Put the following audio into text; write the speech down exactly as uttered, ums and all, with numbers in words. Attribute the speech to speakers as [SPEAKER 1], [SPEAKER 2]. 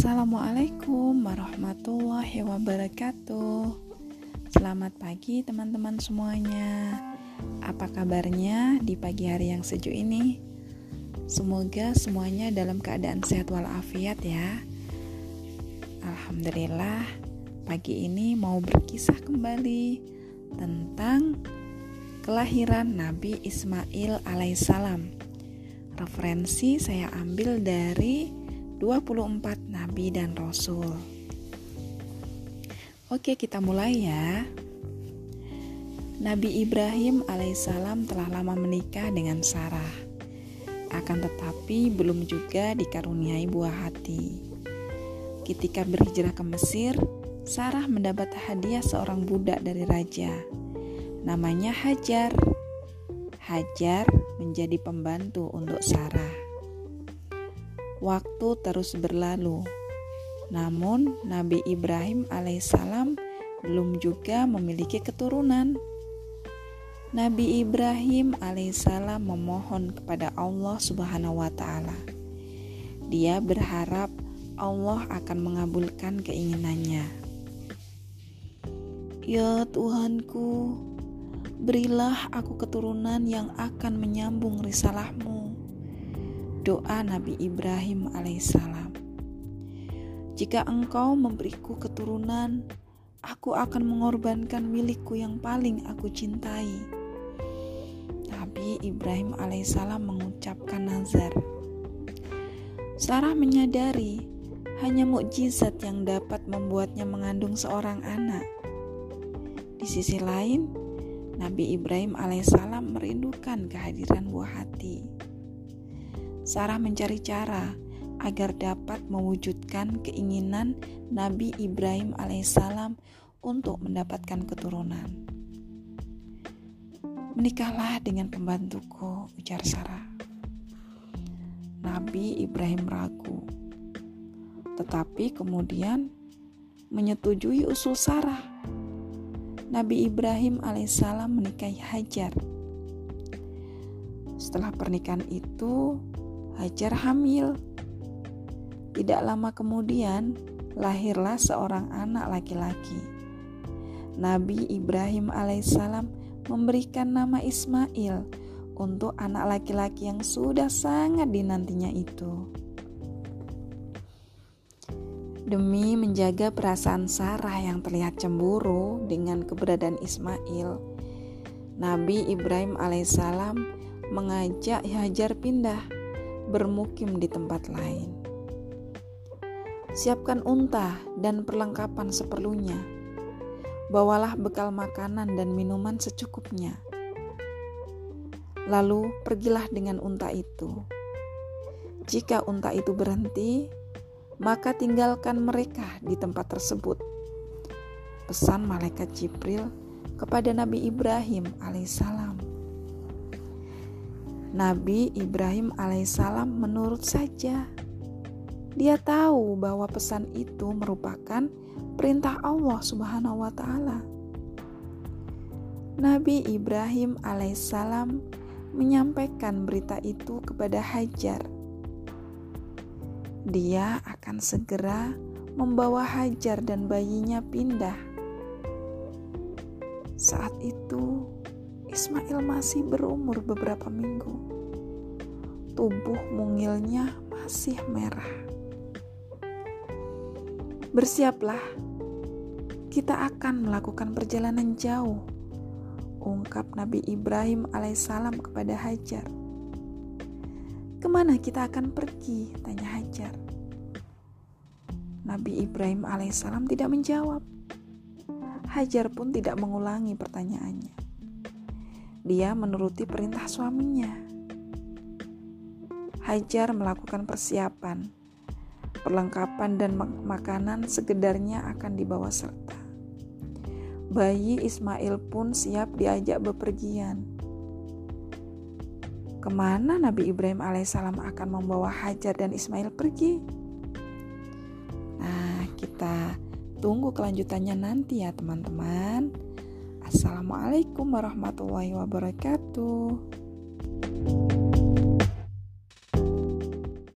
[SPEAKER 1] Assalamualaikum warahmatullahi wabarakatuh. Selamat pagi teman-teman semuanya. Apa kabarnya di pagi hari yang sejuk ini? Semoga semuanya dalam keadaan sehat walafiat ya. Alhamdulillah, pagi ini mau berkisah kembali tentang kelahiran Nabi Ismail alaihissalam. Referensi saya ambil dari dua puluh empat Nabi dan Rasul. Oke, kita mulai ya. Nabi Ibrahim alaihissalam telah lama menikah dengan Sarah. Akan tetapi belum juga dikaruniai buah hati. Ketika berhijrah ke Mesir, Sarah mendapat hadiah seorang budak dari raja. Namanya Hajar. Hajar menjadi pembantu untuk Sarah. Waktu terus berlalu, namun Nabi Ibrahim alaihissalam belum juga memiliki keturunan. Nabi Ibrahim alaihissalam memohon kepada Allah Subhanahu wa Ta'ala. Dia berharap Allah akan mengabulkan keinginannya. Ya Tuhanku, berilah aku keturunan yang akan menyambung risalahmu. Doa Nabi Ibrahim alaihissalam. Jika engkau memberiku keturunan, aku akan mengorbankan milikku yang paling aku cintai. Nabi Ibrahim alaihissalam mengucapkan nazar. Sarah menyadari hanya mukjizat yang dapat membuatnya mengandung seorang anak. Di sisi lain, Nabi Ibrahim alaihissalam merindukan kehadiran buah hati. Sarah mencari cara agar dapat mewujudkan keinginan Nabi Ibrahim alaihissalam untuk mendapatkan keturunan. Menikahlah dengan pembantuku, ujar Sarah. Nabi Ibrahim ragu, tetapi kemudian menyetujui usul Sarah. Nabi Ibrahim alaihissalam menikahi Hajar. Setelah pernikahan itu, Hajar hamil. Tidak lama kemudian lahirlah seorang anak laki-laki. Nabi Ibrahim alaihissalam memberikan nama Ismail untuk anak laki-laki yang sudah sangat dinantinya itu. Demi menjaga perasaan Sarah yang terlihat cemburu dengan keberadaan Ismail, Nabi Ibrahim alaihissalam mengajak Hajar pindah bermukim di tempat lain. Siapkan unta dan perlengkapan seperlunya. Bawalah bekal makanan dan minuman secukupnya. Lalu pergilah dengan unta itu. Jika unta itu berhenti, maka tinggalkan mereka di tempat tersebut. Pesan malaikat Jibril kepada Nabi Ibrahim alaihissalam. Nabi Ibrahim alaihissalam menurut saja. Dia tahu bahwa pesan itu merupakan perintah Allah Subhanahu wa Ta'ala. Nabi Ibrahim alaihissalam menyampaikan berita itu kepada Hajar. Dia akan segera membawa Hajar dan bayinya pindah. Saat itu Ismail masih berumur beberapa minggu. Tubuh mungilnya masih merah. Bersiaplah, kita akan melakukan perjalanan jauh, ungkap Nabi Ibrahim alaihissalam kepada Hajar. Kemana kita akan pergi? Tanya Hajar. Nabi Ibrahim alaihissalam tidak menjawab. Hajar pun tidak mengulangi pertanyaannya. Dia menuruti perintah suaminya. Hajar melakukan persiapan. Perlengkapan dan mak- makanan sekedarnya akan dibawa serta. Bayi Ismail pun siap diajak bepergian. Kemana Nabi Ibrahim alaihissalam akan membawa Hajar dan Ismail pergi? Nah, kita tunggu kelanjutannya nanti ya teman-teman. Assalamualaikum warahmatullahi wabarakatuh.